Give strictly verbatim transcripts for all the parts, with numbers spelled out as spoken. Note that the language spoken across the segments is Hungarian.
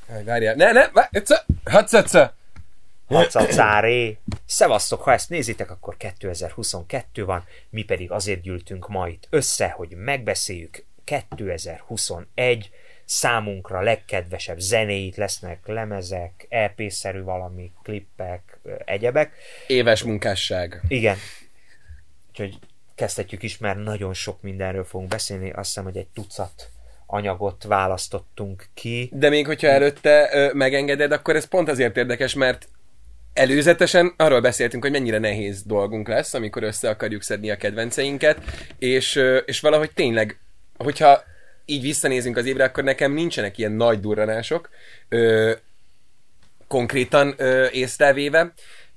Várjál, ne, ne, hatszatsz! Hacacáré! Szevasztok, ha ezt nézitek, akkor kétezer-huszonkettő van, mi pedig azért gyűltünk ma itt össze, hogy megbeszéljük kétezer-huszonegy számunkra legkedvesebb zenéit, lesznek lemezek, é pé-szerű valami, klippek, egyebek. Éves munkásság. Igen. Úgyhogy kezdhetjük is, mert nagyon sok mindenről fogunk beszélni, azt hiszem, hogy egy tucat anyagot választottunk ki. De még hogyha előtte ö, megengeded, akkor ez pont azért érdekes, mert előzetesen arról beszéltünk, hogy mennyire nehéz dolgunk lesz, amikor össze akarjuk szedni a kedvenceinket, és, ö, és valahogy tényleg, hogyha így visszanézünk az évre, akkor nekem nincsenek ilyen nagy durranások, ö, konkrétan ö, észrevéve,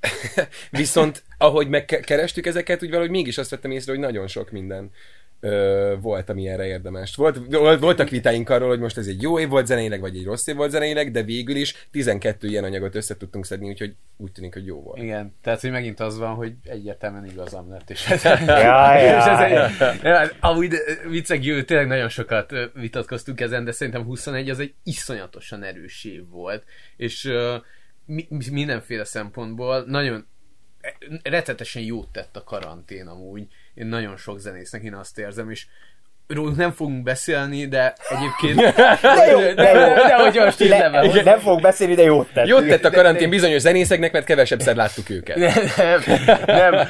viszont ahogy megkerestük ezeket, úgy valahogy mégis azt vettem észre, hogy nagyon sok minden ö, volt, ami erre érdemes. Volt, voltak vitáink arról, hogy most ez egy jó év volt zeneileg, vagy egy rossz év volt zeneileg, de végül is tizenkettő ilyen anyagot össze tudtunk szedni, úgyhogy úgy tűnik, hogy jó volt. Igen, tehát hogy megint az van, hogy egyértelműen igazam lett. És ez, Jaj, és ez jaj. egy, amúgy vicceg jó, tényleg nagyon sokat vitatkoztunk ezen, de szerintem huszonegy az egy iszonyatosan erős év volt, és uh, mi, mindenféle szempontból nagyon rettetesen jót tett a karantén amúgy. Én nagyon sok zenésznek én azt érzem, és róluk nem fogunk beszélni, de egyébként... De jó, de jó. De hogy most így nem, Le, nem fogok beszélni, de jót tett. Jót tett a karantén bizonyos zenészeknek, mert kevesebbszer láttuk őket. Nem, nem.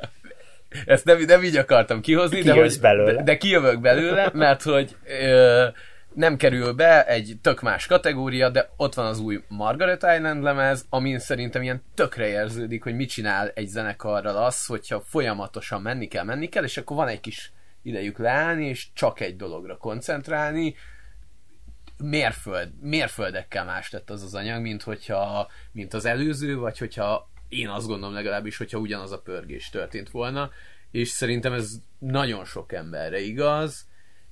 Ezt nem, nem így akartam kihozni, de, hogy, de, de kijövök belőle, mert hogy ö, nem kerül be egy tök más kategória, de ott van az új Margaret Island lemez, amin szerintem ilyen tökre érződik, hogy mit csinál egy zenekarral az, hogyha folyamatosan menni kell, menni kell, és akkor van egy kis idejük leállni, és csak egy dologra koncentrálni. Mérföld, mérföldekkel más lett az az anyag, mint, hogyha, mint az előző, vagy hogyha én azt gondolom legalábbis, hogyha ugyanaz a pörgés történt volna, és szerintem ez nagyon sok emberre igaz,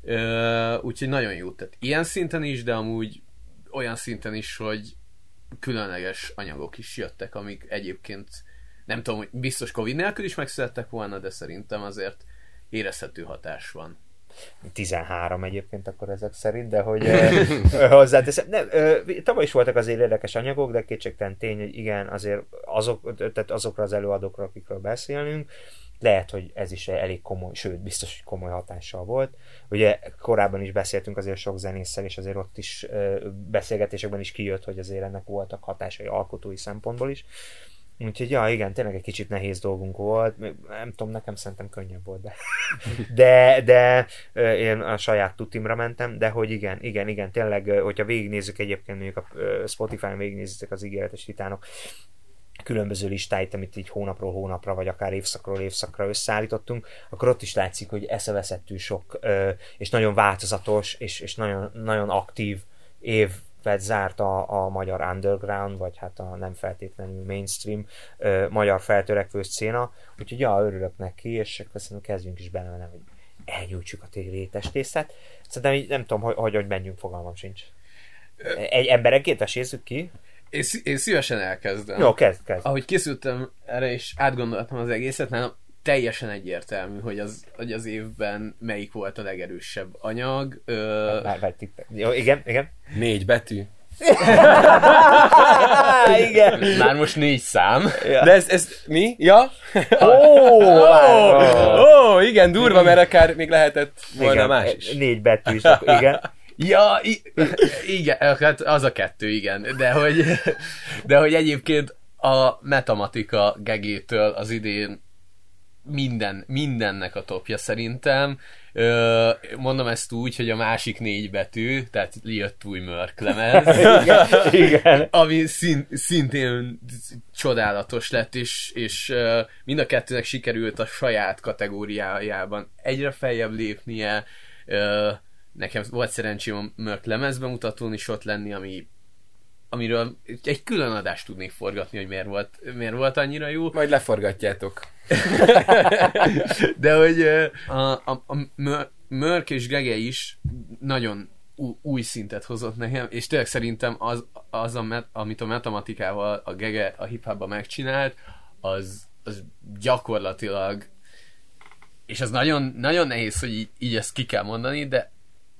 Uh, úgyhogy nagyon jó tett ilyen szinten is, de amúgy olyan szinten is, hogy különleges anyagok is jöttek, amik egyébként nem tudom, hogy biztos Covid nélkül is megszülettek volna, de szerintem azért érezhető hatás van. tizenhárom egyébként akkor ezek szerint, de hogy uh, hozzáteszem. Nem, uh, tavaly is voltak azért érdekes anyagok, de kétségtelen tény, hogy igen, azért azok, tehát azokra az előadókra, akikről beszélünk, lehet, hogy ez is elég komoly, sőt, biztos, hogy komoly hatással volt. Ugye korábban is beszéltünk azért sok zenésszel, és azért ott is uh, beszélgetésekben is kijött, hogy azért ennek voltak hatásai alkotói szempontból is. Úgyhogy ja, igen, tényleg egy kicsit nehéz dolgunk volt. Nem tudom, nekem szerintem könnyebb volt, de de, de uh, én a saját tutimra mentem, de hogy igen, igen, igen, tényleg, uh, hogyha végignézzük egyébként mondjuk a uh, Spotify-on végignézitek az ígéretes titánok különböző listáit, amit így hónapról hónapra, vagy akár évszakról évszakra összeállítottunk, akkor ott is látszik, hogy eszeveszettű sok, és nagyon változatos, és, és nagyon, nagyon aktív évet zárt a, a magyar underground, vagy hát a nem feltétlenül mainstream magyar feltörekvő szcéna. Úgyhogy ja, örülök neki, és akkor szerintem kezdjünk is bele, hogy elnyújtsuk a téli étestészet. Szerintem így nem tudom, hogy, hogy, hogy menjünk, fogalmam sincs. Egy emberenként esézzük ki. Én, szí- én szívesen elkezdem. Jó, kezd, kezd. Ahogy készültem erre, és átgondoltam az egészet, nálam teljesen egyértelmű, hogy az, hogy az évben melyik volt a legerősebb anyag. Ö... Már, már Jó, igen, igen. Négy betű. Igen. Már most négy szám. Ja. De ez, ez mi? Ja? Ó, oh, oh, oh, igen, durva, mert akár még lehetett volna igen, más is. Négy betű is, igen. Ja, i- igen, hát az a kettő, igen, de hogy, de hogy egyébként a Metamatika gegétől az idén minden, mindennek a topja szerintem. Mondom ezt úgy, hogy a másik négy betű, tehát jött új Mörk lemez, igen, igen. ami szín, szintén csodálatos lett, és, és mind a kettőnek sikerült a saját kategóriájában egyre feljebb lépnie. Nekem volt szerencsém a Mörk lemezbemutatón is ott lenni, ami, amiről egy külön adást tudnék forgatni, hogy miért volt, miért volt annyira jó. Majd leforgatjátok. De hogy a, a, a Mörk és Gege is nagyon új szintet hozott nekem, és tényleg szerintem az, az a met, amit a Metamatikával a Gege a hip-hopban megcsinált, az, az gyakorlatilag, és az nagyon, nagyon nehéz, hogy így, így ezt ki kell mondani, de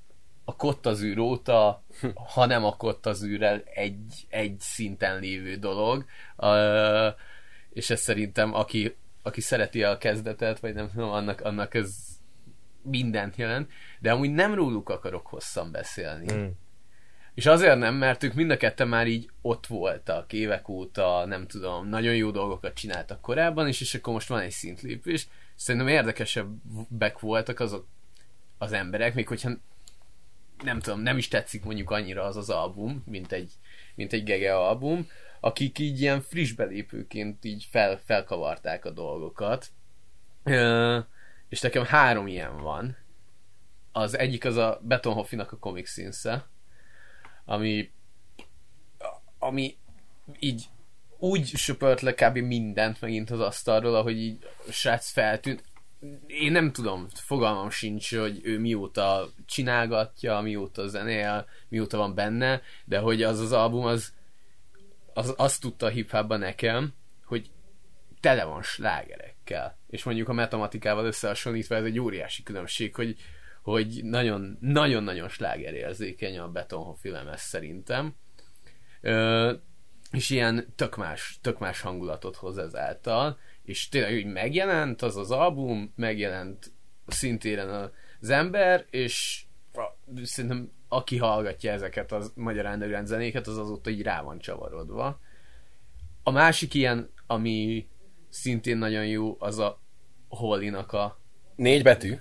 a Kottazűr óta, ha nem a Kottazűrrel egy, egy szinten lévő dolog, uh, és ez szerintem, aki, aki szereti a kezdetet, vagy nem tudom, annak, annak ez mindent jelent, de amúgy nem róluk akarok hosszan beszélni. Mm. És azért nem, mert ők mind a ketten már így ott voltak évek óta, nem tudom, nagyon jó dolgokat csináltak korábban is, és akkor most van egy szintlépés. Szerintem érdekesebbek voltak azok az emberek, még hogyha nem tudom, nem is tetszik mondjuk annyira az az album, mint egy, mint egy Gege album, akik így ilyen friss belépőként így fel, felkavarták a dolgokat. Ö, és nekem három ilyen van. Az egyik az a Betonhoffinak a Comic Scenes-e, ami ami így úgy söpört le kb. Mindent megint az asztalról, ahogy így a srác feltűnt. Én nem tudom, fogalmam sincs, hogy ő mióta csinálgatja, mióta zenél, mióta van benne, de hogy az az album, az, az azt tudta a hip-hopban nekem, hogy tele van slágerekkel. És mondjuk a matematikával összehasonlítva ez egy óriási különbség, hogy, hogy nagyon, nagyon-nagyon slágerérzékeny a Betonhoffi lemez szerintem. Ö, és ilyen tök más, tök más hangulatot hoz ezáltal, és tényleg úgy megjelent az az album, megjelent szintéren az ember, és szerintem aki hallgatja ezeket a magyar underground zenéket, az azóta így rá van csavarodva. A másik ilyen, ami szintén nagyon jó, az a Hollinak a... Négy betű?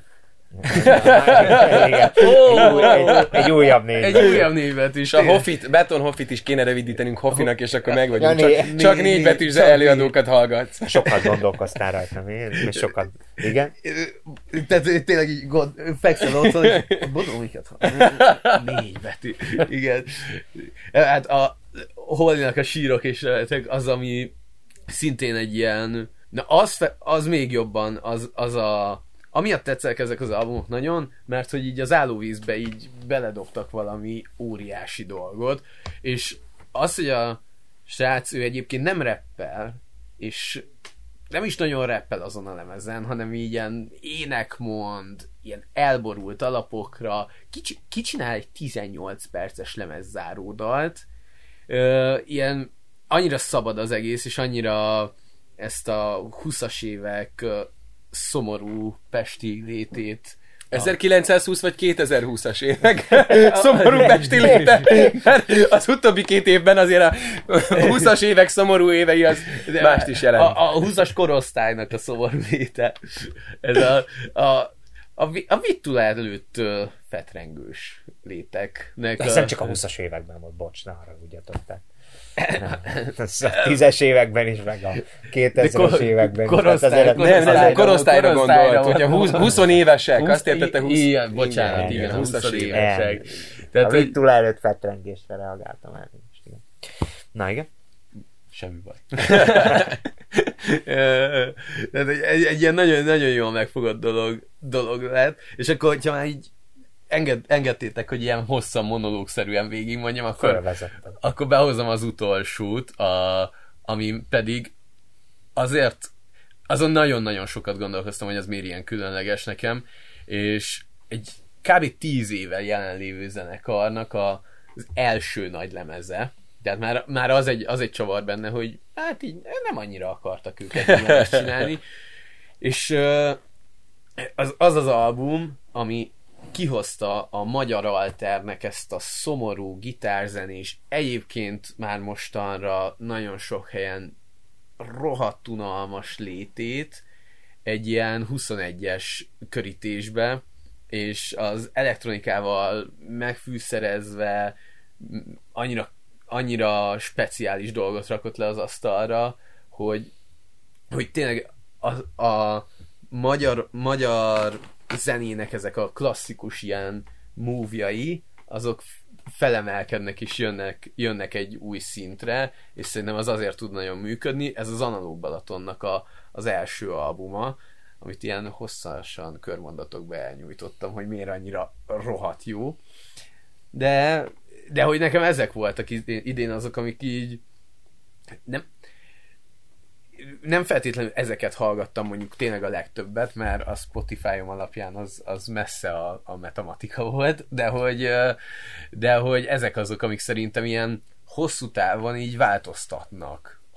oh, egy, egy újabb névbetű. Egy újabb névbetű. És a Hoffit, Beton Hoffit is kéne rövvidítenünk Hoffinak, és akkor meg vagyunk. Csak, ja, né, csak né, négy betűs előadókat hallgatsz. Sokat gondolkoztál rajtam én, és sokat... Igen? Tehát tényleg így gond, fekszel otthon, és gondolom, miket négy betű. Igen. Hát a Hollinak a sírok, és az, ami szintén egy ilyen... Na az, az még jobban, az, az a... Amiatt tetszenek ezek az albumok nagyon, mert hogy így az állóvízbe így beledobtak valami óriási dolgot, és az, hogy a srác, ő egyébként nem rappel, és nem is nagyon rappel azon a lemezen, hanem így ilyen énekmond, ilyen elborult alapokra, Kicsi, kicsinál egy tizennyolc perces lemezzáródalt, Ö, ilyen annyira szabad az egész, és annyira ezt a huszas évek szomorú pesti létét. ezerkilencszázhúsz vagy kétezer-húszas évek szomorú pesti léte, mert az utóbbi két évben azért a húszas évek szomorú évei az de mást is jelent. A, a húszas korosztálynak a szomorú léte. Ez a, a, a, a Vittula előtt uh, fetrengős léteknek. Ez nem csak a húszas években volt, bocs, ne haragudjatok, tehát. A tízes években is, meg a kétezres években korosztály, is. Nem, nem, korosztályra gondolt, hogyha húsz évesek, húsz, azt értette húsz. Ilyen, bocsánat, igen, igen húsz évesek. Tehát, a Vittula előtt fetrengésre reagáltam el. Na igen. Semmi baj. Tehát egy, egy, egy ilyen nagyon, nagyon jól megfogott dolog, dolog lett, és akkor, hogyha már így Enged, engedtétek, hogy ilyen hosszan monológszerűen végigmondjam, akkor, akkor behozom az utolsót, a, ami pedig azért azon nagyon-nagyon sokat gondolkoztam, hogy az miért ilyen különleges nekem, és egy kb. tíz éve jelenlévő zenekarnak a, az első nagy lemeze, tehát már, már az, egy, az egy csavar benne, hogy hát így nem annyira akartak őket ilyen csinálni, és az, az az album, ami kihozta a Magyar Alternek ezt a szomorú gitárzenés, egyébként már mostanra nagyon sok helyen rohadt unalmas létét egy ilyen huszonegyes körítésbe, és az elektronikával megfűszerezve annyira, annyira speciális dolgot rakott le az asztalra, hogy, hogy tényleg a, a magyar, magyar zenének ezek a klasszikus ilyen move-jai, azok felemelkednek és jönnek, jönnek egy új szintre, és szerintem az azért tud nagyon működni. Ez az Analóg Balatonnak a, az első albuma, amit ilyen hosszasan körmondatokba elnyújtottam, hogy miért annyira rohadt jó. De, de hogy nekem ezek voltak idén azok, amik így nem nem feltétlenül ezeket hallgattam mondjuk tényleg a legtöbbet, mert a Spotify-om alapján az, az messze a, a matematika volt, de hogy, de hogy ezek azok, amik szerintem ilyen hosszú távon így változtatnak a,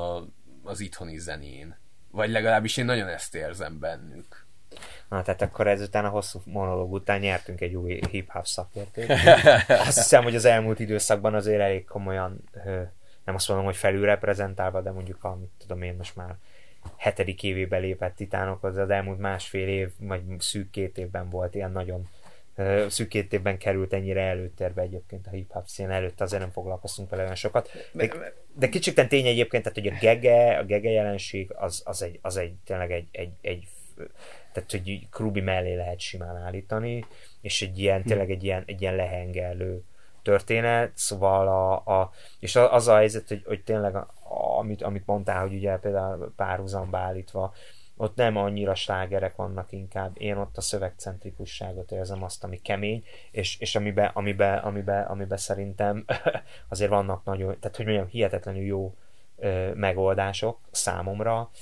az itthoni zenén. Vagy legalábbis én nagyon ezt érzem bennük. Na, tehát akkor ezután a hosszú monológ után nyertünk egy új hip-hop szakértőt. Azt hiszem, hogy az elmúlt időszakban azért elég komolyan, nem azt mondom, hogy felülreprezentálva, de mondjuk a, mit tudom én, most már hetedik évébe lépett Titánok, az az elmúlt másfél év, vagy szűk két évben volt ilyen nagyon, szűk két évben került ennyire előtérbe egyébként a hip-hop szín, előtt azért nem foglalkoztunk vele olyan sokat. De, de kicsit tény egyébként, tehát hogy a gege, a gege jelenség az, az, egy, az egy, tényleg egy, egy, egy tehát, hogy Krubi mellé lehet simán állítani, és egy ilyen, tényleg egy ilyen, egy ilyen lehengelő történet, szóval a, a és az a helyzet, hogy, hogy tényleg a, amit, amit mondtál, hogy ugye például párhuzamba állítva, ott nem annyira slágerek vannak inkább, én ott a szövegcentrikusságot érzem, azt, ami kemény, és, és amiben, amiben, amiben, amiben szerintem azért vannak nagyon, tehát hogy mondjam, hihetetlenül jó ö, megoldások számomra.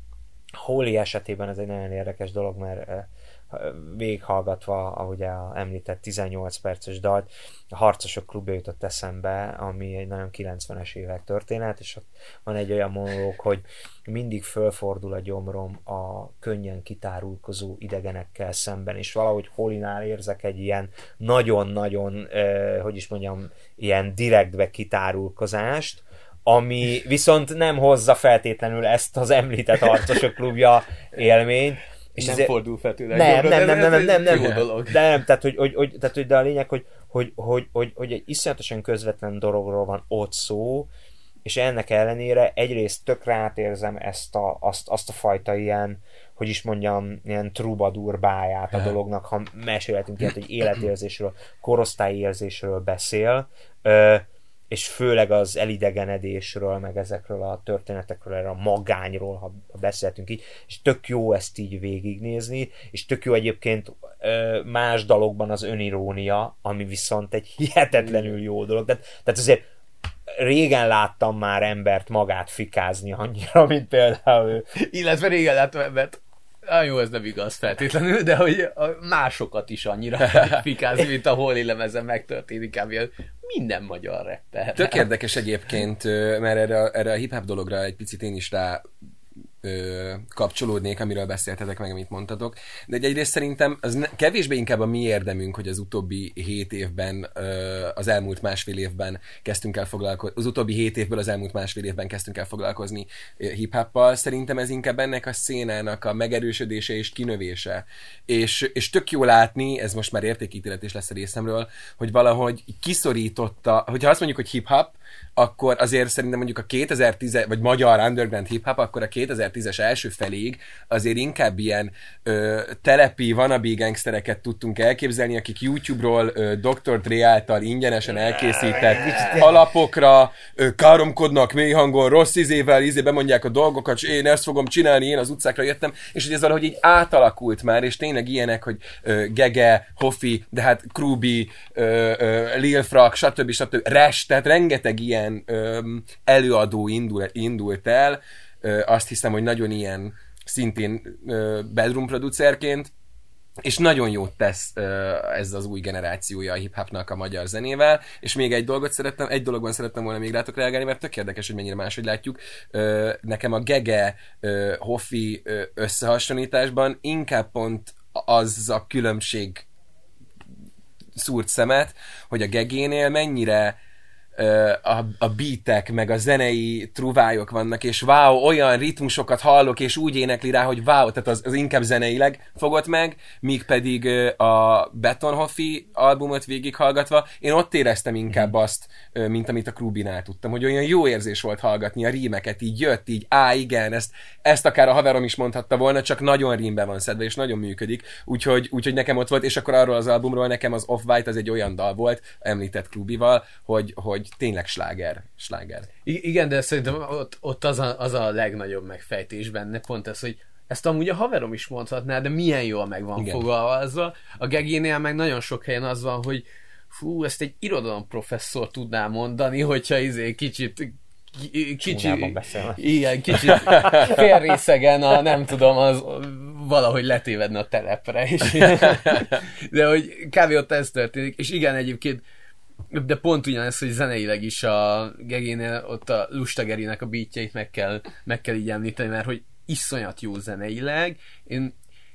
Holy esetében ez egy nagyon érdekes dolog, mert végighallgatva, ahogy említett tizennyolc perces dalt, a Harcosok klubja jutott eszembe, ami egy nagyon kilencvenes évek történet, és ott van egy olyan monológ, hogy mindig fölfordul a gyomrom a könnyen kitárulkozó idegenekkel szemben, és valahogy Holynál érzek egy ilyen nagyon-nagyon, eh, hogy is mondjam, ilyen direktbe kitárulkozást, ami viszont nem hozza feltétlenül ezt az említett Harcosok klubja élményt. És nem ezért... fordul fel tőle. Nem, nem, nem, nem, nem, nem, nem, nem. De nem, tehát, hogy, hogy, hogy, tehát, hogy de a lényeg, hogy, hogy, hogy, hogy, hogy egy iszonyatosan közvetlen dologról van ott szó, és ennek ellenére egyrészt tökre átérzem ezt a, azt, azt a fajta ilyen, hogy is mondjam, ilyen troubadour báját a dolognak, ha mesélhetünk ilyet, hogy életérzésről, korosztályérzésről beszél, ö, és főleg az elidegenedésről, meg ezekről a történetekről, erről a magányról, ha, ha beszéltünk így, és tök jó ezt így végignézni, és tök jó egyébként más dalokban az önirónia, ami viszont egy hihetetlenül jó dolog. Tehát, tehát azért régen láttam már embert magát fikázni annyira, mint például ő. Illetve régen láttam embert, ah, jó, ez nem igaz feltétlenül, de hogy másokat is annyira fikázni, mint a Holy lemezen megtörténik, ami minden magyar rapper. Tök érdekes egyébként, mert erre, erre a hip-hop dologra egy picit én is rá ö, kapcsolódnék, amiről beszéltetek meg, amit mondtatok. De egyrészt szerintem az ne, kevésbé inkább a mi érdemünk, hogy az utóbbi hét évben, ö, az elmúlt másfél évben kezdtünk el foglalkozni, az utóbbi hét évből az elmúlt másfél évben kezdtünk el foglalkozni hip-hoppal. Szerintem ez inkább ennek a szénának a megerősödése és kinövése. És, és tök jó látni, ez most már értékítéletés lesz a részemről, hogy valahogy kiszorította, hogyha azt mondjuk, hogy hip-hop, akkor azért szerintem mondjuk a kétezer-tíz, vagy magyar underground hip-hop, akkor a kétezer-tízes első feléig azért inkább ilyen ö, telepi, wannabe gangstereket tudtunk elképzelni, akik YouTube-ról ö, doktor Dre által ingyenesen elkészített alapokra ö, káromkodnak mély hangon, rossz izével, izé bemondják a dolgokat, és én ezt fogom csinálni, én az utcákra jöttem, és hogy ez valahogy így átalakult már, és tényleg ilyenek, hogy ö, Gege, Hoffi, de hát Krubi, ö, ö, Lil Frak, stb. stb. Res, tehát rengeteg ilyen ö, előadó indul, indult el, ö, azt hiszem, hogy nagyon ilyen szintén ö, bedroom producerként, és nagyon jót tesz ö, ez az új generációja a hip-hopnak a magyar zenével, és még egy dolgot szerettem, egy dologban szerettem volna még rátok reagálni, mert tök érdekes, hogy mennyire máshogy látjuk. Ö, nekem a Gege, ö, Hoffi ö, összehasonlításban inkább pont az a különbség szúrt szemet, hogy a Gegénél mennyire A, a beatek, meg a zenei truvályok vannak, és wow, olyan ritmusokat hallok, és úgy énekli rá, hogy wow, tehát az, az inkább zeneileg fogott meg, míg pedig a Betonhoffi albumot végighallgatva, én ott éreztem inkább azt, mint amit a Krubinál tudtam, hogy olyan jó érzés volt hallgatni a rímeket, így jött, így á, igen, ezt, ezt akár a haverom is mondhatta volna, csak nagyon rímbe van szedve, és nagyon működik, úgyhogy, úgyhogy nekem ott volt, és akkor arról az albumról nekem az Off-White az egy olyan dal volt, említett Krubival, hogy, hogy tényleg sláger, sláger. I- igen, de szerintem ott, ott az, a, az a legnagyobb megfejtés benne, pont ez, hogy ezt amúgy a haverom is mondhatná, de milyen jól meg van fogalmazva. A Gegénél meg nagyon sok helyen az van, hogy fú, ezt egy irodalomprofesszor tudná mondani, hogyha izé kicsit kicsi, igen, kicsit félrészegen a, nem tudom, az valahogy letévedne a telepre is. De hogy kb. Ott ez történik, és igen, egyébként de pont ugyanez, hogy zeneileg is a Gegénél ott a Lusta Gerinek a beatjeit meg kell, meg kell így említeni, mert hogy iszonyat jó zeneileg, én,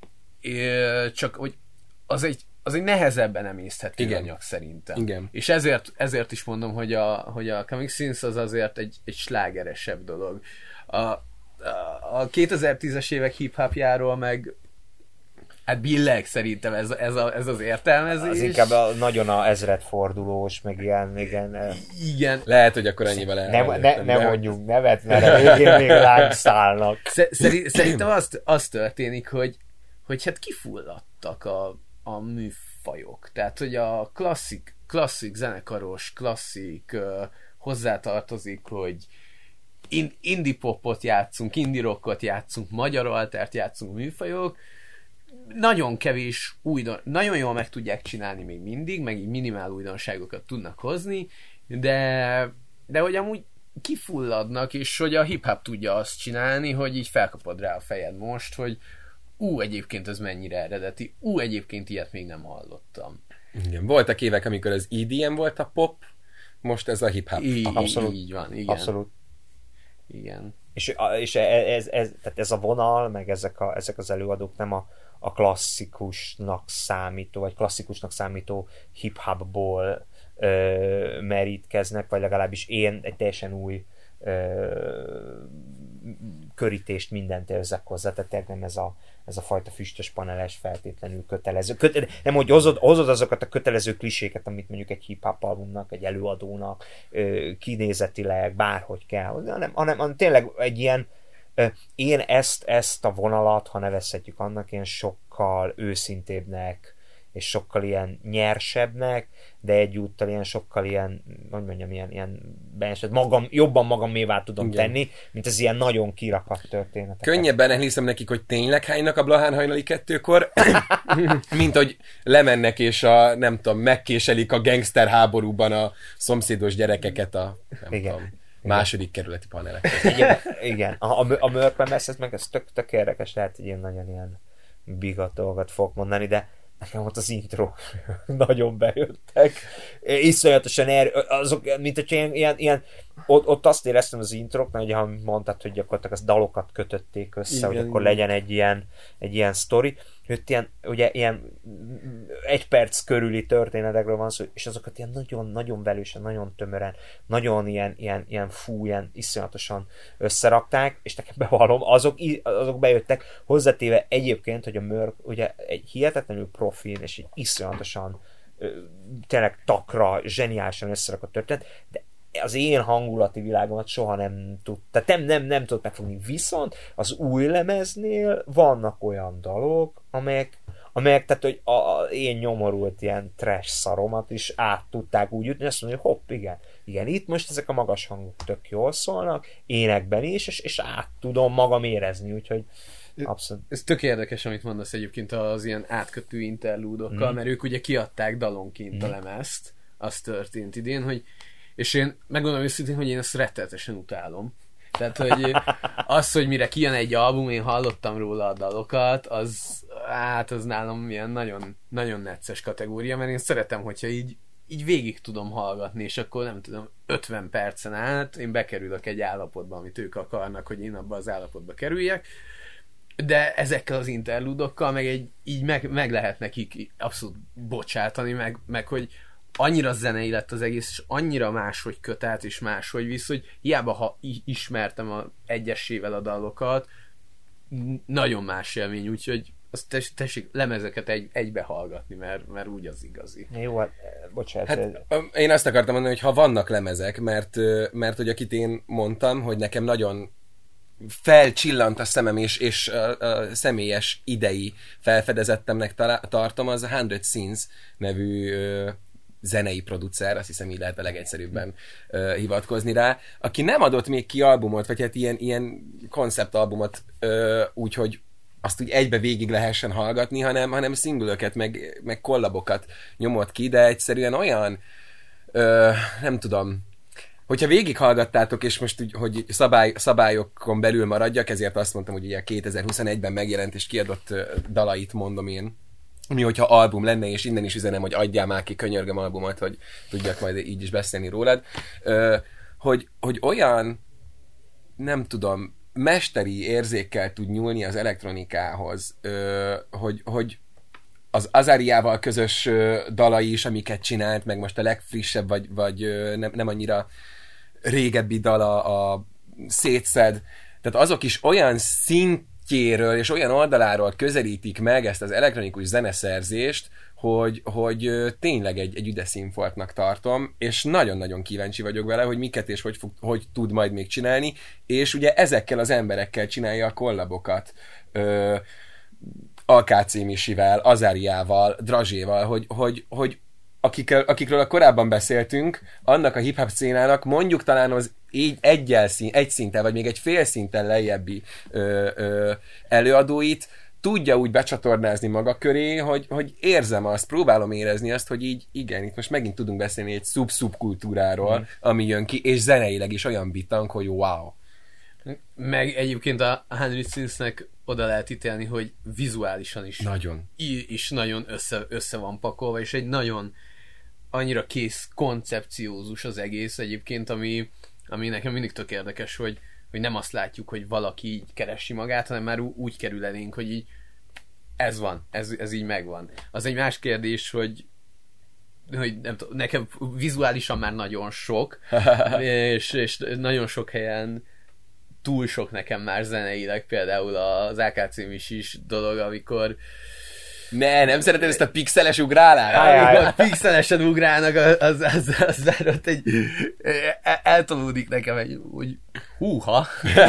én csak, hogy az egy, az egy nehezebben emészthető igen. anyag szerintem. Igen. És ezért, ezért is mondom, hogy a, hogy a Comic Scenes az azért egy, egy slágeresebb dolog. A, a, a kétezer-tízes évek hip-hopjáról meg hát billeg szerintem ez, ez, a, ez az értelmezés. Az inkább a, nagyon a ezredfordulós, meg ilyen, igen. Igen. Lehet, hogy akkor annyival el. Ne, ne, ne mondjunk nevet, mert a végén még ránk szállnak. Szerint, szerintem az, az történik, hogy, hogy hát kifulladtak a, a műfajok. Tehát, hogy a klasszik, klasszik zenekaros, klasszik uh, hozzátartozik, hogy in, indie popot játszunk, indie rockot játszunk, magyar altert játszunk műfajok, nagyon kevés újdon, nagyon jól meg tudják csinálni még mindig, meg így minimál újdonságokat tudnak hozni, de, de hogy amúgy kifulladnak, és hogy a hip-hop tudja azt csinálni, hogy így felkapod rá a fejed most, hogy ú, egyébként ez mennyire eredeti, ú, egyébként ilyet még nem hallottam. Igen, voltak évek, amikor az E D M volt a pop, most ez a hip-hop. Így, Abszolút. Így van, igen. Abszolút. Igen. És, és ez, ez, tehát ez a vonal, meg ezek, a, ezek az előadók nem a, a klasszikusnak számító, vagy klasszikusnak számító hip-hopból ö, merítkeznek, vagy legalábbis én egy teljesen új ö, körítést mindent érzek hozzá, tehát nem ez a, ez a fajta füstös paneles feltétlenül kötelező. Köte, nem, hogy hozod, hozod azokat a kötelező kliséket, amit mondjuk egy hip-hop albumnak, egy előadónak ö, kinézetileg, bárhogy kell, hanem, hanem, hanem tényleg egy ilyen ö, én ezt, ezt a vonalat, ha nevezhetjük annak, én sokkal őszintébbnek, és sokkal ilyen nyersebbnek, de egyúttal ilyen sokkal ilyen, hogy mondjam, ilyen, ilyen beesett, magam, jobban magamévá tudom igen. tenni, mint az ilyen nagyon kirakadt történetek. Könnyebben elhiszem nekik, hogy tényleg hánynak a Blahán hajnali kettőkor, mint hogy lemennek és a, nem tudom, megkéselik a gangster háborúban a szomszédos gyerekeket a nem igen. tudom, második kerületi panelek. Igen, a, a, a Mörpemesz, ez meg ez tök, tök érdekes, lehet, hogy én nagyon ilyen bigat dolgokat fogok mondani, de nekem ott az intro nagyon bejöttek. Iszonyatosan er, azok, mint hogy ilyen, ilyen, ilyen ott, ott azt éreztem az introknál, hogy ha mondtad, hogy gyakorlatilag az dalokat kötötték össze, igen, hogy akkor igen. legyen egy ilyen, egy ilyen sztori, hogy ilyen, ugye ilyen egy perc körüli történetekről van szó, és azokat ilyen nagyon-nagyon velősen, nagyon tömören, nagyon ilyen, ilyen, ilyen fú, ilyen iszonyatosan összerakták, és nekem bevallom, azok, azok bejöttek, hozzátéve egyébként, hogy a Mörk ugye egy hihetetlenül profin, és egy iszonyatosan tényleg takra, zseniálisan összerakott történet, de az én hangulati világomat soha nem tud, tehát nem, nem, nem tudott megfogni, viszont az új lemeznél vannak olyan dalok, amelyek, amelyek tehát, hogy a, a én nyomorult ilyen trash szaromat is át tudták úgy jutni, azt mondani, hogy hopp, igen, igen, itt most ezek a magas hangok tök jól szólnak, énekben is, és, és át tudom magam érezni, úgyhogy abszolút. Ez tök érdekes, amit mondasz egyébként az ilyen átkötő interlúdokkal, mm. mert ők ugye kiadták dalonként mm. a lemezt, az történt idén, hogy és én megmondom őszintén, hogy én ezt rettenetesen utálom. Tehát, hogy az, hogy mire kijön egy album, én hallottam róla a dalokat, az, hát az nálam ilyen nagyon, nagyon necces kategória, mert én szeretem, hogyha így, így végig tudom hallgatni, és akkor nem tudom, ötven percen át én bekerülök egy állapotba, amit ők akarnak, hogy én abba az állapotba kerüljek, de ezekkel az interludokkal meg egy, így meg, meg lehet nekik abszolút bocsátani, meg, meg hogy annyira zenei lett az egész, és annyira máshogy köt át, és máshogy visz, hogy hiába, ha ismertem a egyesével a dalokat, nagyon más élmény, úgyhogy azt tess, tessék lemezeket egy, egybe hallgatni, mert, mert úgy az igazi. Jó, hát, bocsánat. Hát, én azt akartam mondani, hogy ha vannak lemezek, mert, mert hogy akit én mondtam, hogy nekem nagyon felcsillant a szemem, és, és a, a személyes idei felfedezettemnek tartom, az a Hundred Scenes nevű zenei producer, azt hiszem így lehet a legegyszerűbben uh, hivatkozni rá, aki nem adott még ki albumot, vagy hát ilyen, ilyen konceptalbumot uh, úgy, hogy azt úgy egybe végig lehessen hallgatni, hanem, hanem szingülöket, meg, meg kollabokat nyomott ki, de egyszerűen olyan uh, nem tudom, hogyha végighallgattátok, és most úgy, hogy szabály, szabályokon belül maradjak, ezért azt mondtam, hogy ugye kétezer-huszonegyben megjelent és kiadott dalait mondom én, mi, hogyha album lenne, és innen is üzenem, hogy adjál már ki, könyörgöm albumot, hogy tudjak majd így is beszélni rólad, hogy, hogy olyan, nem tudom, mesteri érzékkel tud nyúlni az elektronikához, hogy, hogy az Azariával közös dalai is, amiket csinált, meg most a legfrissebb, vagy, vagy nem, nem annyira régebbi dala, a Szétszed, tehát azok is olyan szintjéről és olyan oldaláról közelítik meg ezt az elektronikus zeneszerzést, hogy, hogy tényleg egy, egy üde színfoltnak tartom, és nagyon-nagyon kíváncsi vagyok vele, hogy miket és hogy, fog, hogy tud majd még csinálni, és ugye ezekkel az emberekkel csinálja a kollabokat. Ö, Alkácé Misivel, Azariával, Drazséval, hogy, hogy, hogy akikről, akikről a korábban beszéltünk, annak a hip-hop szcénának mondjuk talán az így egyel szín, egy szinten, vagy még egy fél szinten lejjebbi ö, ö, előadóit tudja úgy becsatornázni maga köré, hogy, hogy érzem azt, próbálom érezni azt, hogy így igen, itt most megint tudunk beszélni egy szub-szubkultúráról, mm. ami jön ki, és zeneileg is olyan bitang, hogy wow. Meg egyébként a Henry Sinsnek oda lehet ítélni, hogy vizuálisan is nagyon, is nagyon össze, össze van pakolva, és egy nagyon annyira kész koncepciózus az egész egyébként, ami, ami nekem mindig tök érdekes, hogy, hogy nem azt látjuk, hogy valaki így keresi magát, hanem már úgy kerül elénk, hogy így ez van, ez, ez így megvan. Az egy más kérdés, hogy hogy nem tudom, nekem vizuálisan már nagyon sok, és, és nagyon sok helyen túl sok nekem már zeneileg, például az á ká cé is dolog, amikor ne, nem szereted ezt a pixeles ugrálás? Amikor pixelesen ugrálnak, az, az, az, az már ott egy eltolódik nekem egy úgy húha,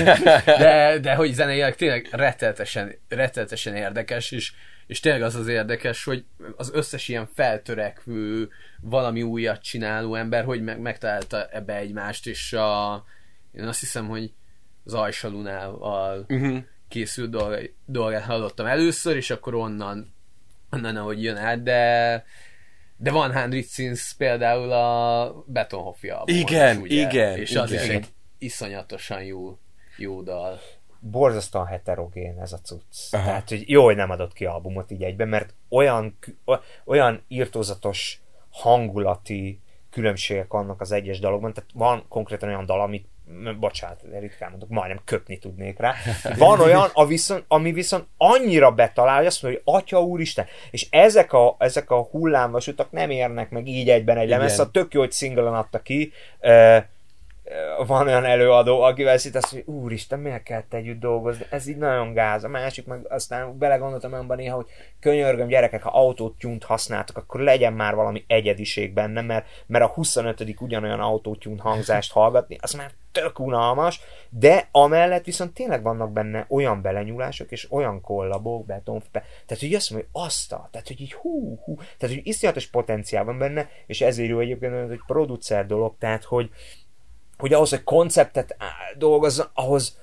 de, de hogy zeneileg tényleg rettenetesen, rettenetesen érdekes, és, és tényleg az az érdekes, hogy az összes ilyen feltörekvő, valami újat csináló ember, hogy meg, megtalálta ebbe egymást, és a, én azt hiszem, hogy Zajsalunával uh-huh. készült dolgát, dolgát hallottam először, és akkor onnan, onnan ahogy jön át, de de van Henry Sins például a Betonhoffi albumon. Igen, is, ugye? igen. És igen. az is egy iszonyatosan jó, jó dal. Borzasztóan heterogén ez a cucc. Aha. Tehát, hogy jó, hogy nem adott ki albumot így egyben, mert olyan, olyan irtózatos hangulati különbségek vannak az egyes dalokban, tehát van konkrétan olyan dal, amit bocsánat, ritkán mondok, majdnem köpni tudnék rá. Van olyan, a viszont, ami viszont annyira betalál, hogy azt mondja, hogy Atya Úristen, és ezek a, ezek a hullámvasutak nem érnek meg így egyben egy lemez, szóval tök jó, hogy single-en adta ki. Uh, van olyan előadó, akivel szít azt, hogy úristen, miért kellett együtt dolgozni, ez így nagyon gáz. A másik meg aztán belegondoltam olyanban néha, hogy könyörgöm gyerekek, ha autótune-t használtok, akkor legyen már valami egyediség benne, mert, mert a huszonötödik ugyanolyan autótune hangzást hallgatni, az már tök unalmas, de amellett viszont tényleg vannak benne olyan belenyúlások, és olyan kollabok, beton, be, tehát hogy azt mondja, hogy azt a, tehát hogy így hú, hú, tehát hogy iszonyatos potenciál van benne, és ezért jó egyébként, hogy producer dolog, tehát hogy hogy ahhoz, hogy konceptet dolgozzon, ahhoz,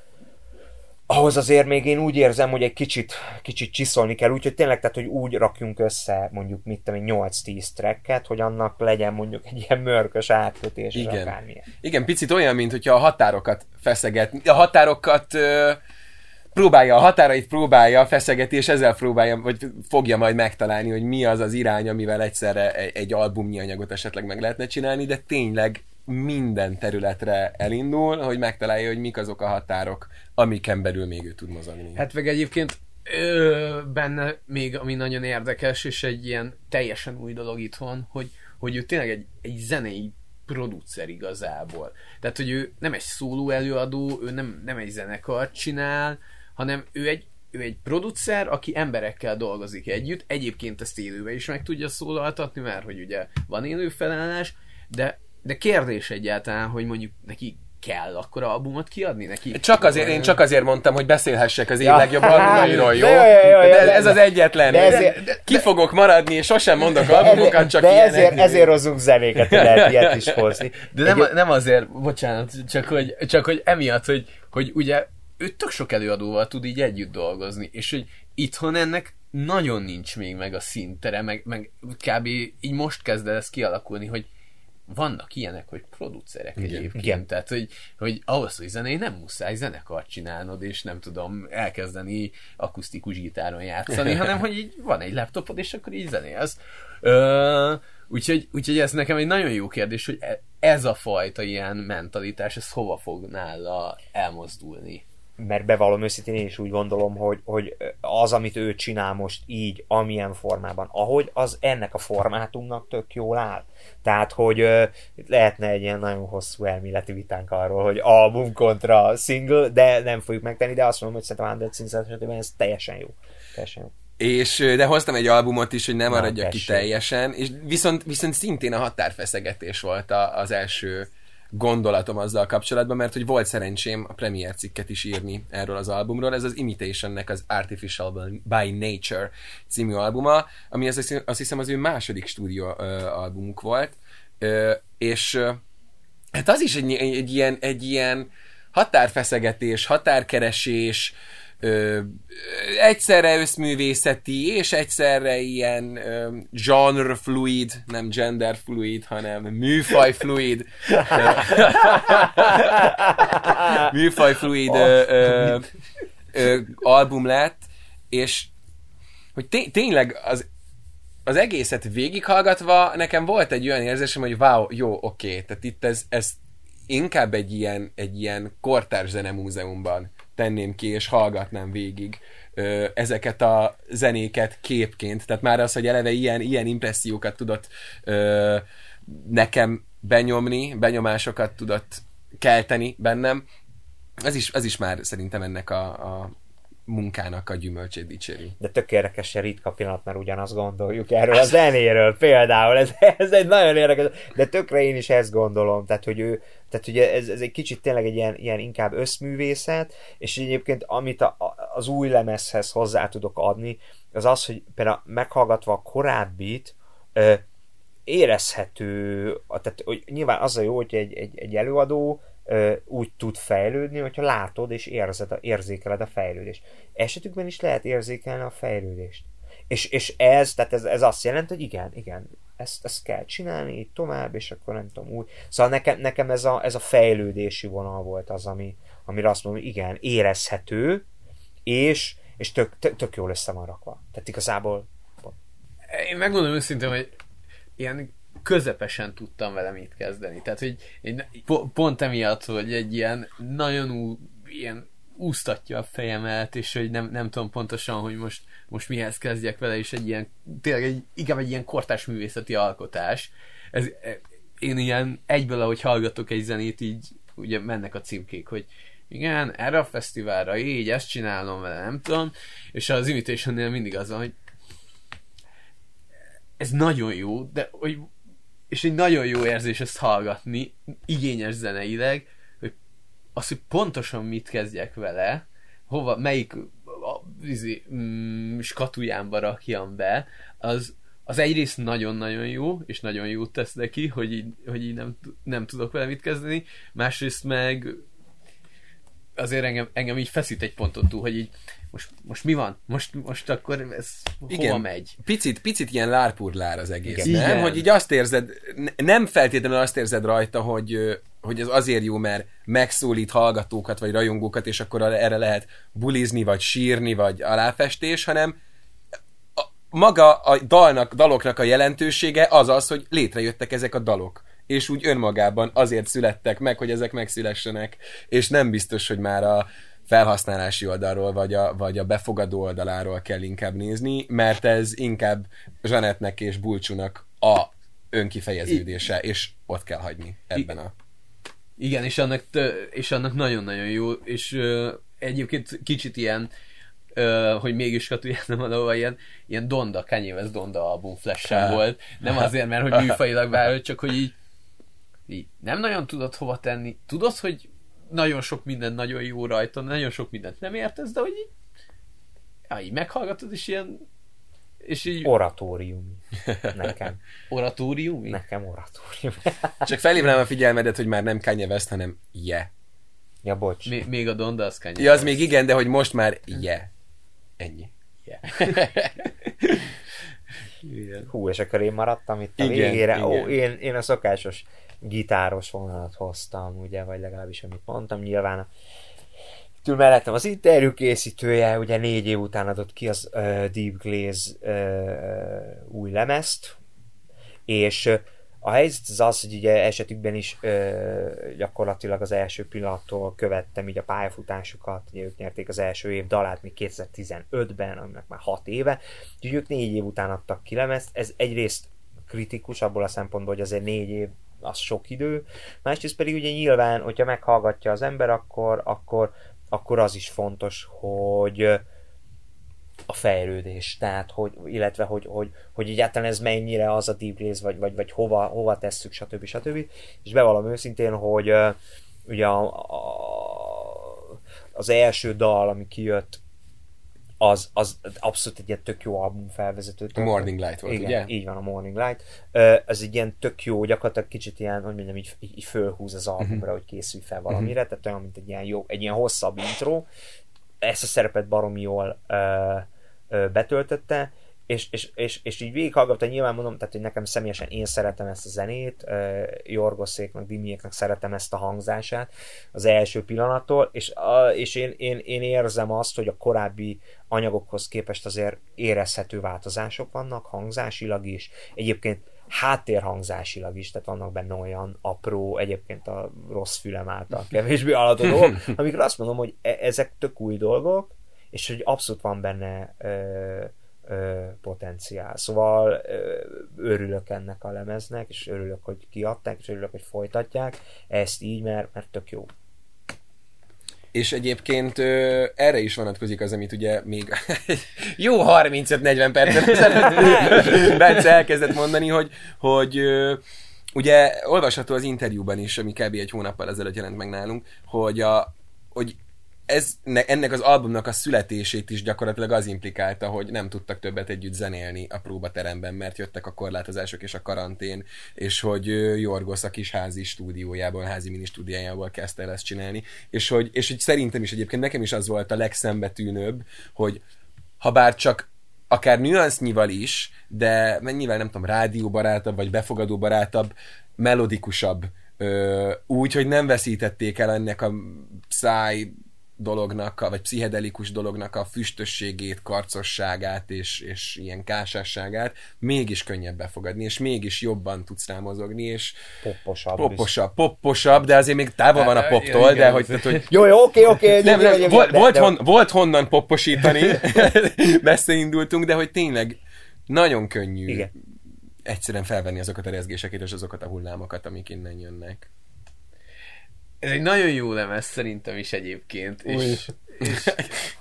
ahhoz azért még én úgy érzem, hogy egy kicsit, kicsit csiszolni kell, úgyhogy tényleg, tehát, hogy úgy rakjunk össze mondjuk, mit tudom, nyolc-tíz tracket, hogy annak legyen mondjuk egy ilyen mörkös átkötés, és akármilyen. Igen, picit olyan, mint hogyha a határokat feszegetni. A határokat ö, próbálja, a határait próbálja feszegeti, és ezzel próbálja, vagy fogja majd megtalálni, hogy mi az az irány, amivel egyszerre egy, egy albumnyi anyagot esetleg meg lehetne csinálni, de tényleg minden területre elindul, hogy megtalálja, hogy mik azok a határok, amiken belül még ő tud mozogni. Hát meg egyébként ö, benne még, ami nagyon érdekes, és egy ilyen teljesen új dolog itthon, hogy, hogy ő tényleg egy, egy zenei producer igazából. Tehát, hogy ő nem egy szóló előadó, ő nem, nem egy zenekart csinál, hanem ő egy, ő egy producer, aki emberekkel dolgozik együtt. Egyébként ezt élőben is meg tudja szólaltatni, mert hogy ugye van élő felállás, de De kérdés egyáltalán, hogy mondjuk neki kell akkor albumot kiadni neki? Csak azért, én csak azért mondtam, hogy beszélhessek az év ja, legjobb albumairól, jó? De, jó, jó, jó, de ez az egyetlen. De ezért, de, ki fogok maradni, és sosem mondok albumokat, csak de ilyenek. De ezért, ezért hozzunk zenéket, hogy lehet ilyet is hozni. De nem, Egy... nem azért, bocsánat, csak hogy, csak hogy emiatt, hogy, hogy ugye ő tök sok előadóval tud így együtt dolgozni, és hogy itthon ennek nagyon nincs még meg a szintere, meg, meg kb. Így most kezd el ez kialakulni, hogy vannak ilyenek, hogy producerek Igen. egyébként, Igen. tehát hogy, hogy ahhoz, hogy zenei nem muszáj zenekart csinálnod, és nem tudom elkezdeni akusztikus gitáron játszani, hanem hogy így van egy laptopod, és akkor így zenélsz. Ö, úgyhogy, úgyhogy ez nekem egy nagyon jó kérdés, hogy ez a fajta ilyen mentalitás, ez hova fog nála elmozdulni? Mert bevallom őszintén, én is úgy gondolom, hogy, hogy az, amit ő csinál most így, amilyen formában, ahogy, az ennek a formátumnak tök jól áll. Tehát, hogy uh, lehetne egy ilyen nagyon hosszú elméleti vitánk arról, hogy album kontra single, de nem fogjuk megtenni, de azt mondom, hogy szerintem Under Sins esetében ez teljesen jó. Teljesen jó. És, de hoztam egy albumot is, hogy nem maradjak Na, ki tessék. teljesen, és viszont, viszont szintén a határfeszegetés volt a, az első gondolatom azzal kapcsolatban, mert hogy volt szerencsém a premier cikket is írni erről az albumról. Ez az Imitationnek az Artificial by Nature című albuma, ami az, azt hiszem az ő második stúdió uh, albumuk volt, uh, és uh, hát az is egy, egy, ilyen, egy ilyen határfeszegetés, határkeresés, Ö, egyszerre összművészeti, és egyszerre ilyen ö, genre fluid, nem gender fluid, hanem műfaj fluid. műfaj fluid ö, ö, ö, album lett, és hogy té- tényleg az, az egészet végighallgatva nekem volt egy olyan érzésem, hogy wow, jó, oké, okay, tehát itt ez, ez inkább egy ilyen, egy ilyen kortárs zenemúzeumban tenném ki, és hallgatnám végig ö, ezeket a zenéket képként. Tehát már az, hogy eleve ilyen, ilyen impressziókat tudott ö, nekem benyomni, benyomásokat tudott kelteni bennem, az is, az is már szerintem ennek a, a munkának a gyümölcsét dicséri. De tök érdekes, ritka pillanat, mert ugyanazt gondoljuk erről a zenéről például. Ez, ez egy nagyon érdekes, de tökre én is ezt gondolom. Tehát, hogy ő, tehát ugye ez, ez egy kicsit tényleg egy ilyen, ilyen inkább összművészet, és egyébként amit a, a, az új lemezhez hozzá tudok adni, az az, hogy például meghallgatva a korábbit, ö, érezhető, tehát hogy nyilván az a jó, hogy egy, egy, egy előadó ö, úgy tud fejlődni, hogyha látod és érzed, érzékeled a fejlődést. Esetükben is lehet érzékelni a fejlődést. És, és ez, tehát ez, ez azt jelenti, hogy igen, igen, ezt, ezt kell csinálni, így tovább, és akkor nem tudom úgy. Szóval nekem, nekem ez, a, ez a fejlődési vonal volt az, ami, amire azt mondom, hogy igen, érezhető, és, és tök, tök, tök jól össze van rakva. Tehát igazából... Én megmondom őszintén, hogy ilyen közepesen tudtam vele mit kezdeni. Tehát, hogy én pont emiatt, hogy egy ilyen nagyon ú, ilyen úsztatja a fejemet, és hogy nem, nem tudom pontosan, hogy most, most mihez kezdjek vele, és egy ilyen, tényleg egy, inkább egy ilyen kortárs művészeti alkotás. Ez, én ilyen egyből, ahogy hallgatok egy zenét, így ugye mennek a címkék, hogy igen, erre a fesztiválra így, ezt csinálom vele, nem tudom, és az Imitation-nél mindig az van, hogy ez nagyon jó, de hogy, és egy nagyon jó érzés ezt hallgatni, igényes zeneileg, hogy az, hogy pontosan mit kezdjek vele, hova, melyik a, izé, mm, skatujámba rakjam be, az, az egyrészt nagyon-nagyon jó, és nagyon jót tesz neki, hogy így, hogy így nem, nem tudok vele mit kezdeni, másrészt meg azért engem, engem így feszít egy pontot túl, hogy így most, most mi van? Most, most akkor ez igen, hova megy? Picit, picit ilyen lárpurlár az egész, igen. nem? Igen. Hogy így azt érzed, nem feltétlenül azt érzed rajta, hogy, hogy ez azért jó, mert megszólít hallgatókat, vagy rajongókat, és akkor erre lehet bulizni, vagy sírni, vagy aláfestés, hanem a, maga a dalnak, daloknak a jelentősége az az, hogy létrejöttek ezek a dalok. És úgy önmagában azért születtek meg, hogy ezek megszülessenek, és nem biztos, hogy már a felhasználási oldalról, vagy a, vagy a befogadó oldaláról kell inkább nézni, mert ez inkább Zsanettnek és Bulcsúnak a önkifejeződése, és ott kell hagyni ebben a... Igen, és annak, és annak nagyon-nagyon jó, és uh, egyébként kicsit ilyen, uh, hogy mégis katuján nem valahol ilyen, ilyen Donda, Kanye West Donda album flash volt. Nem azért, mert hogy műfajilag bárhogy, csak hogy így, így nem nagyon tudod hova tenni. Tudod, hogy nagyon sok minden nagyon jó rajta, nagyon sok mindent nem értesz, de hogy így, ja, így meghallgatod, és ilyen és így... Oratórium. Nekem. Oratórium? Nekem oratórium. Csak felhívnám a figyelmedet, hogy már nem Kanye West, hanem Yeah. Ja, bocs. M- még a Donda az Kanye Ja, az még igen, de hogy most már Yeah. Ennyi. Yeah. Igen. Hú, és akkor én maradtam itt a igen, végére. igen. Ó, én, én a szokásos gitáros vonalat hoztam, ugye, vagy legalábbis amit mondtam, nyilván túl mellettem az interjú készítője, ugye négy év után adott ki az uh, Deep Glaze uh, új lemezt, és uh, a helyzet az az, hogy ugye esetükben is uh, gyakorlatilag az első pillanattól követtem így a pályafutásukat, ugye ők nyerték az első év dalát még kétezer-tizenötben, aminek már hat éve, úgyhogy ők négy év után adtak ki lemezt, ez egyrészt kritikus abból a szempontból, hogy azért négy év az sok idő, másrészt pedig ugye nyilván, hogyha meghallgatja az ember, akkor, akkor, akkor az is fontos, hogy a fejlődés, tehát, hogy, illetve, hogy, hogy, hogy egyáltalán ez mennyire az a Deep Glaze, vagy, vagy, vagy hova, hova tesszük, stb. stb. És bevallom őszintén, hogy uh, ugye a, a, az első dal, ami kijött, az, az abszolút egy ilyen tök jó album felvezető. A Morning Light volt, igen, ugye? Így van, a Morning Light. Uh, ez egy ilyen tök jó, gyakorlatilag kicsit ilyen, hogy mondjam, így, így fölhúz az albumra, uh-huh. hogy készülj fel valamire, uh-huh. tehát olyan, mint egy ilyen, jó, egy ilyen hosszabb intro. Ezt a szerepet baromi jól uh, uh, betöltötte, és, és, és, és így végighallgatta, nyilván mondom, tehát, hogy nekem személyesen én szeretem ezt a zenét, uh, Jorgoszéknak, Dimiéknek szeretem ezt a hangzását az első pillanattól, és, uh, és én, én, én érzem azt, hogy a korábbi anyagokhoz képest azért érezhető változások vannak, hangzásilag is, egyébként háttérhangzásilag is, tehát vannak benne olyan apró, egyébként a rossz fülem által kevésbé hallható dolgok, amikor azt mondom, hogy e- ezek tök új dolgok, és hogy abszolút van benne ö, ö, potenciál. Szóval ö, örülök ennek a lemeznek, és örülök, hogy kiadták, és örülök, hogy folytatják ezt így, mert, mert tök jó. És egyébként ö, erre is vonatkozik az, amit ugye még jó harmincöt-negyven percet ezelőtt Bence elkezdett mondani, hogy, hogy ö, ugye olvasható az interjúban is, ami kb. Egy hónappal ezelőtt jelent meg nálunk, hogy, a, hogy ez, ne, ennek az albumnak a születését is gyakorlatilag az implikálta, hogy nem tudtak többet együtt zenélni a próbateremben, mert jöttek a korlátozások és a karantén, és hogy Jorgosz a kis házi stúdiójából, házi mini stúdiójából kezdte el ezt csinálni, és hogy, és hogy szerintem is egyébként nekem is az volt a legszembetűnőbb, hogy ha bár csak akár nüansznyival is, de nyilván nem tudom, rádióbarátabb, vagy befogadóbarátabb, melodikusabb, ö, úgy, hogy nem veszítették el ennek a száj dolognak, vagy pszichedelikus dolognak a füstösségét, karcosságát és, és ilyen kásásságát, mégis könnyebb befogadni, és mégis jobban tudsz rá mozogni, és popposabb, popposabb, popposabb, de azért még távol van a poptól, de hogy... Tehát, hogy jó, jó, oké, oké. Nem, nem, volt, volt, hon, volt honnan popposítani, összeindultunk, de hogy tényleg nagyon könnyű igen. egyszerűen felvenni azokat a rezgéseket és azokat a hullámokat, amik innen jönnek. Ez egy nagyon jó lemez szerintem is egyébként. És, és,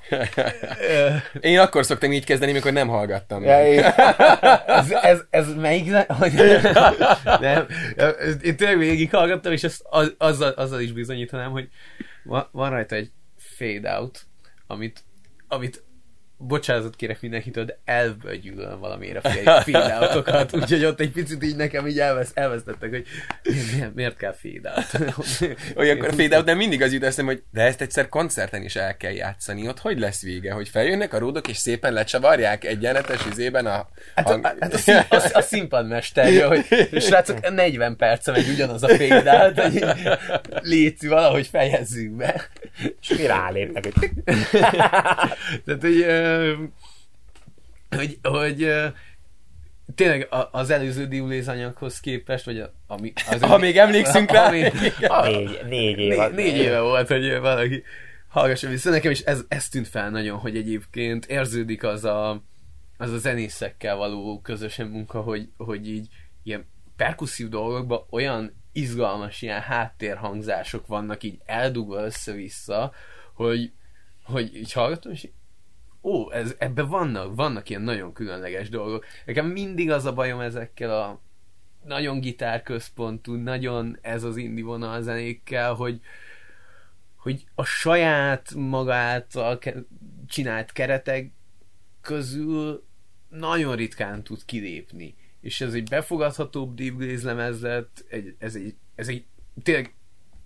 én akkor szoktam így kezdeni, mikor nem hallgattam. Ja, ez, ez, ez melyik? Nem, én tényleg végig hallgattam, és ezt az, azzal, azzal is bizonyítanám, hogy van rajta egy fade out, amit, amit bocsánatot kérek mindenkitől, de elvből gyűlölöm valamiért a fade outokat, úgyhogy ott egy picit így nekem így elvesz, elvesztettek, hogy miért, miért kell fade out. Olyankor a fade out nem mindig az jut eszembe, hogy de ezt egyszer koncerten is el kell játszani, ott hogy lesz vége, hogy feljönnek a ródok és szépen lecsavarják egyenletes izében a... Hát a, hát a, szín, a, a színpadmesterje, hogy srácok, negyven perce megy ugyanaz a fade out, hogy léci, valahogy fejezzük be. És mi rálépnek, hogy... Tehát, hogy hogy, hogy tényleg az előző Deep anyaghoz képest, vagy a, ami... Az, ha még emlékszünk rá. Ami, a, négy, négy, éve, négy, négy éve volt, hogy valaki hallgassa vissza. Nekem is ez, ez tűnt fel nagyon, hogy egyébként érződik az a, az a zenészekkel való közösen munka, hogy, hogy így ilyen perkusszív dolgokban olyan izgalmas ilyen háttérhangzások vannak így eldugva össze-vissza, hogy, hogy így hallgatom, és ó, ez, ebben vannak, vannak ilyen nagyon különleges dolgok. Nekem mindig az a bajom ezekkel a nagyon gitárközpontú, nagyon ez az indie vonal zenékkel, hogy, hogy a saját magától csinált keretek közül nagyon ritkán tud kilépni. És ez egy befogadhatóbb Deep Glaze lemez lett, egy, ez, egy, ez egy tényleg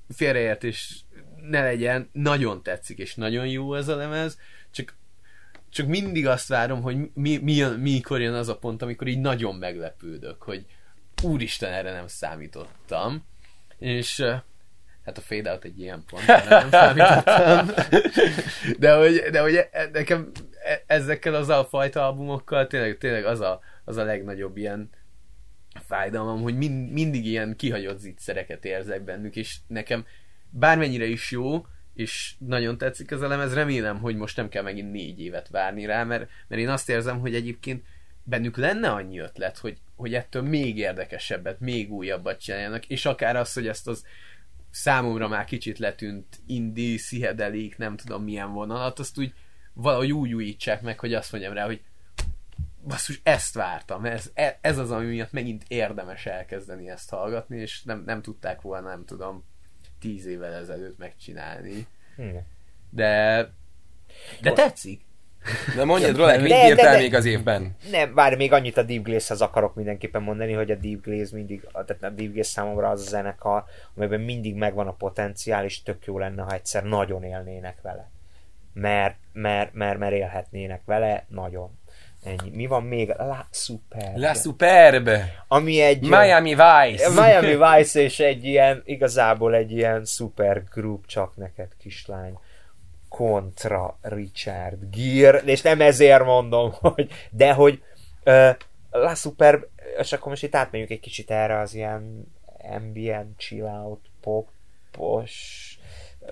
félreértés ne legyen, nagyon tetszik, és nagyon jó ez a lemez, csak csak mindig azt várom, hogy mi, mi jön, mikor jön az a pont, amikor így nagyon meglepődök, hogy úristen, erre nem számítottam. És hát a fade out egy ilyen pont, nem számítottam. De hogy, de hogy nekem ezekkel az a fajta albumokkal tényleg, tényleg az, a, az a legnagyobb ilyen fájdalmam, hogy mind, mindig ilyen kihagyott zicsereket érzek bennük, és nekem bármennyire is jó, és nagyon tetszik ez a lemez, remélem, hogy most nem kell megint négy évet várni rá, mert, mert én azt érzem, hogy egyébként bennük lenne annyi ötlet, hogy, hogy ettől még érdekesebbet, még újabbat csináljanak, és akár az, hogy ezt az számomra már kicsit letűnt indie, pszichedelik, nem tudom milyen vonalat, azt úgy valahogy úgy újítsák meg, hogy azt mondjam rá, hogy basszus, ezt vártam, ez, ez az, ami miatt megint érdemes elkezdeni ezt hallgatni, és nem, nem tudták volna, nem tudom, tíz évvel ezelőtt megcsinálni. Hmm. De de tetszik. Na mondjad, Rolek, mit írtál még az évben? Nem, bár még annyit a Deep Glaze-hez akarok mindenképpen mondani, hogy a Deep Glaze mindig, tehát a Deep Glaze számomra az a zenekar, amelyben mindig megvan a potenciál, és tök jó lenne, ha egyszer nagyon élnének vele. Mert, mert, mert, mert élhetnének vele, nagyon. Ennyi. Mi van még? La Superbe. La Superbe. Ami egy... Miami Vice. Miami Vice, és egy ilyen, igazából egy ilyen super group, csak neked kislány. Kontra Richard Gere, és nem ezért mondom, hogy, de hogy uh, La Superbe, és akkor most itt átmegyünk egy kicsit erre az ilyen ambient, chill out, popos uh,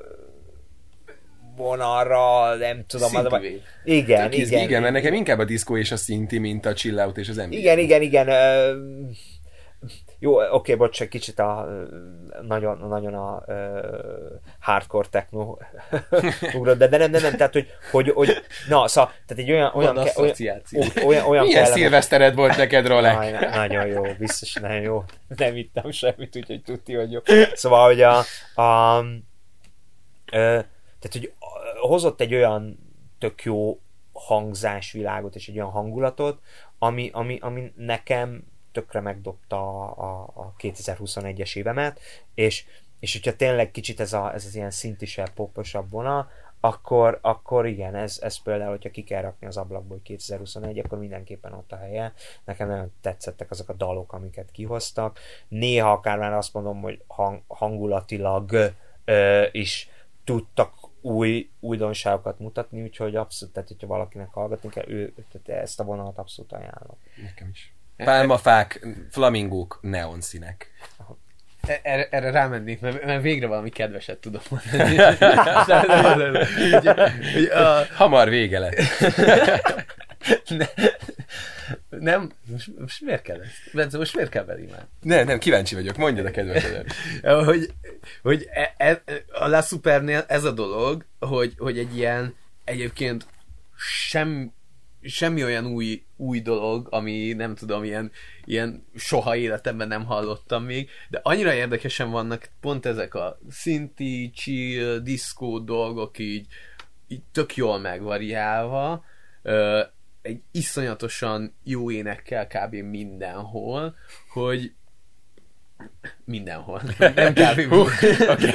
vonalra, nem tudom. Az, igen, Tök igen. Igen, mert nekem inkább a diszkó és a szinti, mint a chill out és az ambient. Igen, igen, igen. Uh, jó, oké, okay, bocs, egy kicsit a nagyon, nagyon a uh, hardcore techno ugrott, de, de nem, nem, nem, tehát, hogy, hogy, hogy na, szóval, tehát egy olyan, olyan, ke, olyan, olyan, olyan milyen szilvesztered volt neked, Rolek? Na, nagyon jó, biztos nagyon jó. Nem ittem semmit, úgyhogy tudti, hogy jó. Szóval, hogy a, a, a tehát, hogy hozott egy olyan tök jó hangzásvilágot és egy olyan hangulatot, ami, ami, ami nekem tökre megdobta a, a kétezer-huszonegyes évemet, és, és hogyha tényleg kicsit ez, a, ez az ilyen szintisebb, poposabb vonal, akkor, akkor igen, ez, ez például, hogyha ki kell rakni az ablakból kétezer-huszonegy, akkor mindenképpen ott a helye. Nekem nagyon tetszettek azok a dalok, amiket kihoztak. Néha akár már azt mondom, hogy hang, hangulatilag ö, is tudtak új újdonságokat mutatni, úgyhogy abszolút, tehát hogyha valakinek hallgatni kell, ő, tehát ezt a vonalat abszolút ajánlom. Nekem is. Pálmafák, flamingók, neonszínek. Erre, erre rámennék, mert, mert végre valami kedveset tudok mondani. Hamar vége lett. Ne, nem, most, most miért kell ezt? Bence, most miért kell belé már? Nem, nem, kíváncsi vagyok, mondjad a kedvesedet. hogy hogy e, e, a La Supernél ez a dolog, hogy, hogy egy ilyen egyébként sem semmi olyan új, új dolog, ami nem tudom, ilyen, ilyen soha életemben nem hallottam még, de annyira érdekesen vannak pont ezek a szinti, chill, diszkó dolgok így, így tök jól megvariálva, egy iszonyatosan jó énekkel kb. Mindenhol, hogy mindenhol, nem kb. Mindenhol. Okay.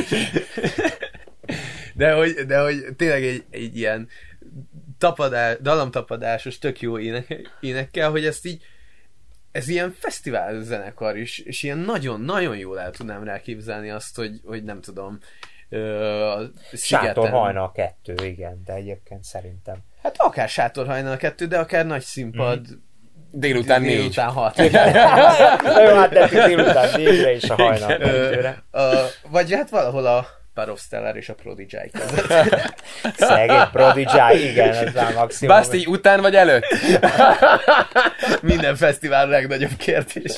De hogy, de hogy tényleg egy, egy ilyen tapadás, dalamtapadásos, tök jó ének, énekkel, hogy ezt így, ez ilyen fesztivál zenekar is, és ilyen nagyon-nagyon jól el tudnám rá képzelni azt, hogy, hogy nem tudom, a Sátorhajnal kettő, igen, de egyébként szerintem. Hát akár Sátorhajnal kettő, de akár nagy színpad mm-hmm. délután négy. Délután hat. Jó, hát tettük délután négyre és a hajnal kettőre. Vagy hát valahol a Path of Stellar és a Prodigy között. Szegény Prodigy, igen, ez már maximum. Basti, után vagy előtt? Minden fesztivál legnagyobb kérdés.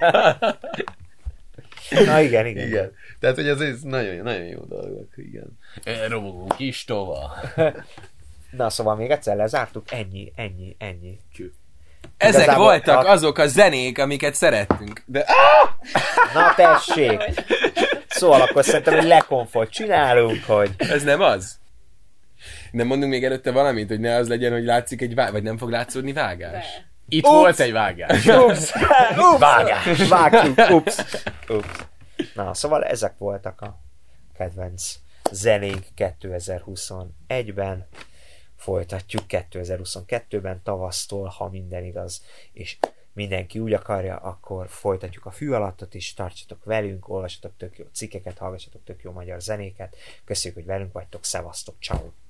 Na igen, igen. igen. Tehát, hogy ez, ez nagyon, nagyon jó dolgok, igen. Robogó kis tova. Na, szóval még egyszer lezártuk, ennyi, ennyi, ennyi. Cső. Ezek Igazából voltak a... azok a zenék, amiket szerettünk. De... Na tessék! Szóval akkor szerintem egy lekonfot csinálunk, hogy... Ez nem az? Nem mondunk még előtte valamit, hogy ne az legyen, hogy látszik egy vágás, vagy nem fog látszódni vágás? De. Itt ups. Volt egy vágás. Ups. Ups. Vágás. Vágtuk. Ups. Ups. Na, szóval ezek voltak a kedvenc zenék kétezer-huszonegyben. folytatjuk kétezer-huszonkettőben tavasztól, ha minden igaz, és mindenki úgy akarja, akkor folytatjuk a fű alattot is, tartsatok velünk, olvassatok tök jó cikkeket, hallgassatok tök jó magyar zenéket. Köszönjük, hogy velünk vagytok, szevasztok, ciao.